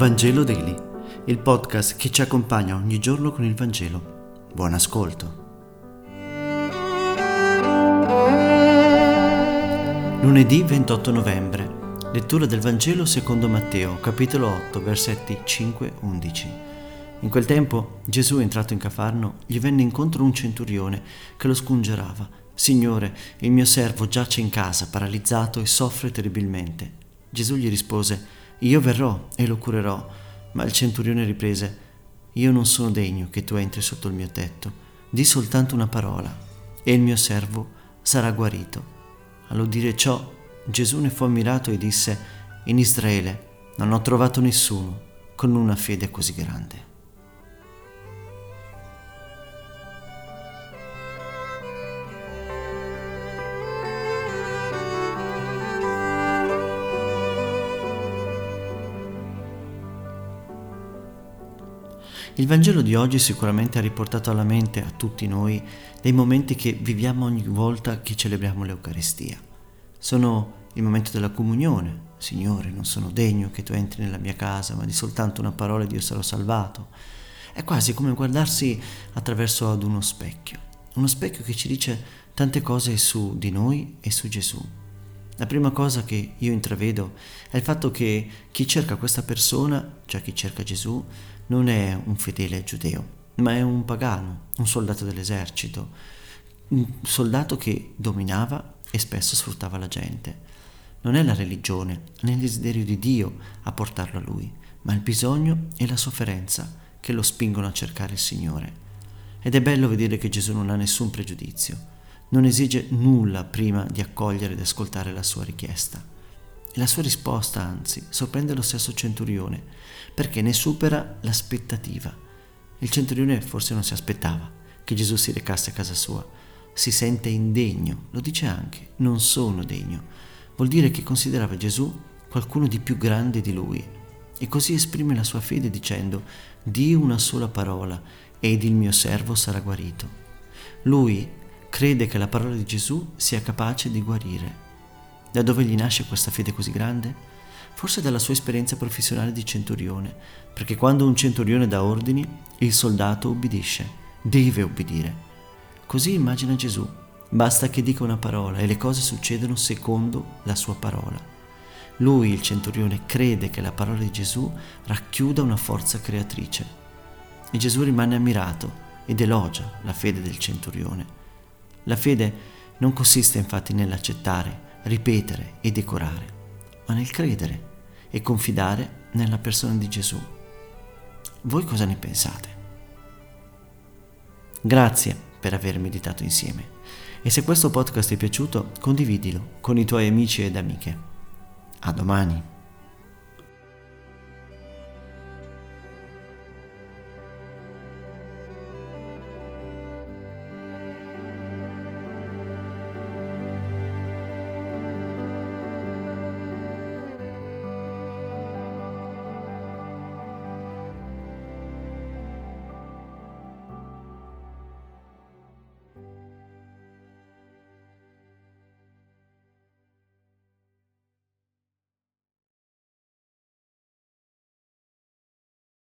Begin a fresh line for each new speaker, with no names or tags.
Vangelo Daily, il podcast che ci accompagna ogni giorno con il Vangelo. Buon ascolto. Lunedì 28 novembre, lettura del Vangelo secondo Matteo, capitolo 8, versetti 5-11. In quel tempo Gesù, entrato in Cafarno, gli venne incontro un centurione che lo scongiurava: «Signore, il mio servo giace in casa, paralizzato e soffre terribilmente». Gesù gli rispose: «Io verrò e lo curerò». Ma il centurione riprese: «Io non sono degno che tu entri sotto il mio tetto. Di soltanto una parola e il mio servo sarà guarito». All'udire ciò, Gesù ne fu ammirato e disse: «In Israele non ho trovato nessuno con una fede così grande». Il Vangelo di oggi sicuramente ha riportato alla mente a tutti noi dei momenti che viviamo ogni volta che celebriamo l'Eucaristia. Sono il momento della comunione. «Signore, non sono degno che tu entri nella mia casa, ma di soltanto una parola ed io sarò salvato». È quasi come guardarsi attraverso ad uno specchio che ci dice tante cose su di noi e su Gesù. La prima cosa che io intravedo è il fatto che chi cerca questa persona, cioè chi cerca Gesù, non è un fedele giudeo, ma è un pagano, un soldato dell'esercito, un soldato che dominava e spesso sfruttava la gente. Non è la religione né il desiderio di Dio a portarlo a lui, ma il bisogno e la sofferenza che lo spingono a cercare il Signore. Ed è bello vedere che Gesù non ha nessun pregiudizio, non esige nulla prima di accogliere ed ascoltare la sua richiesta. E la sua risposta, anzi, sorprende lo stesso centurione, perché ne supera l'aspettativa. Il centurione forse non si aspettava che Gesù si recasse a casa sua. Si sente indegno, lo dice anche: «Non sono degno». Vuol dire che considerava Gesù qualcuno di più grande di lui. E così esprime la sua fede dicendo: «Di una sola parola ed il mio servo sarà guarito». Lui crede che la parola di Gesù sia capace di guarire. Da dove gli nasce questa fede così grande? Forse dalla sua esperienza professionale di centurione, perché quando un centurione dà ordini, il soldato obbedisce, deve obbedire. Così immagina Gesù: basta che dica una parola e le cose succedono secondo la sua parola. Lui, il centurione, crede che la parola di Gesù racchiuda una forza creatrice. E Gesù rimane ammirato ed elogia la fede del centurione. La fede non consiste infatti nell'accettare, ripetere e decorare, ma nel credere e confidare nella persona di Gesù. Voi cosa ne pensate? Grazie per aver meditato insieme, e se questo podcast ti è piaciuto, condividilo con i tuoi amici ed amiche. A domani.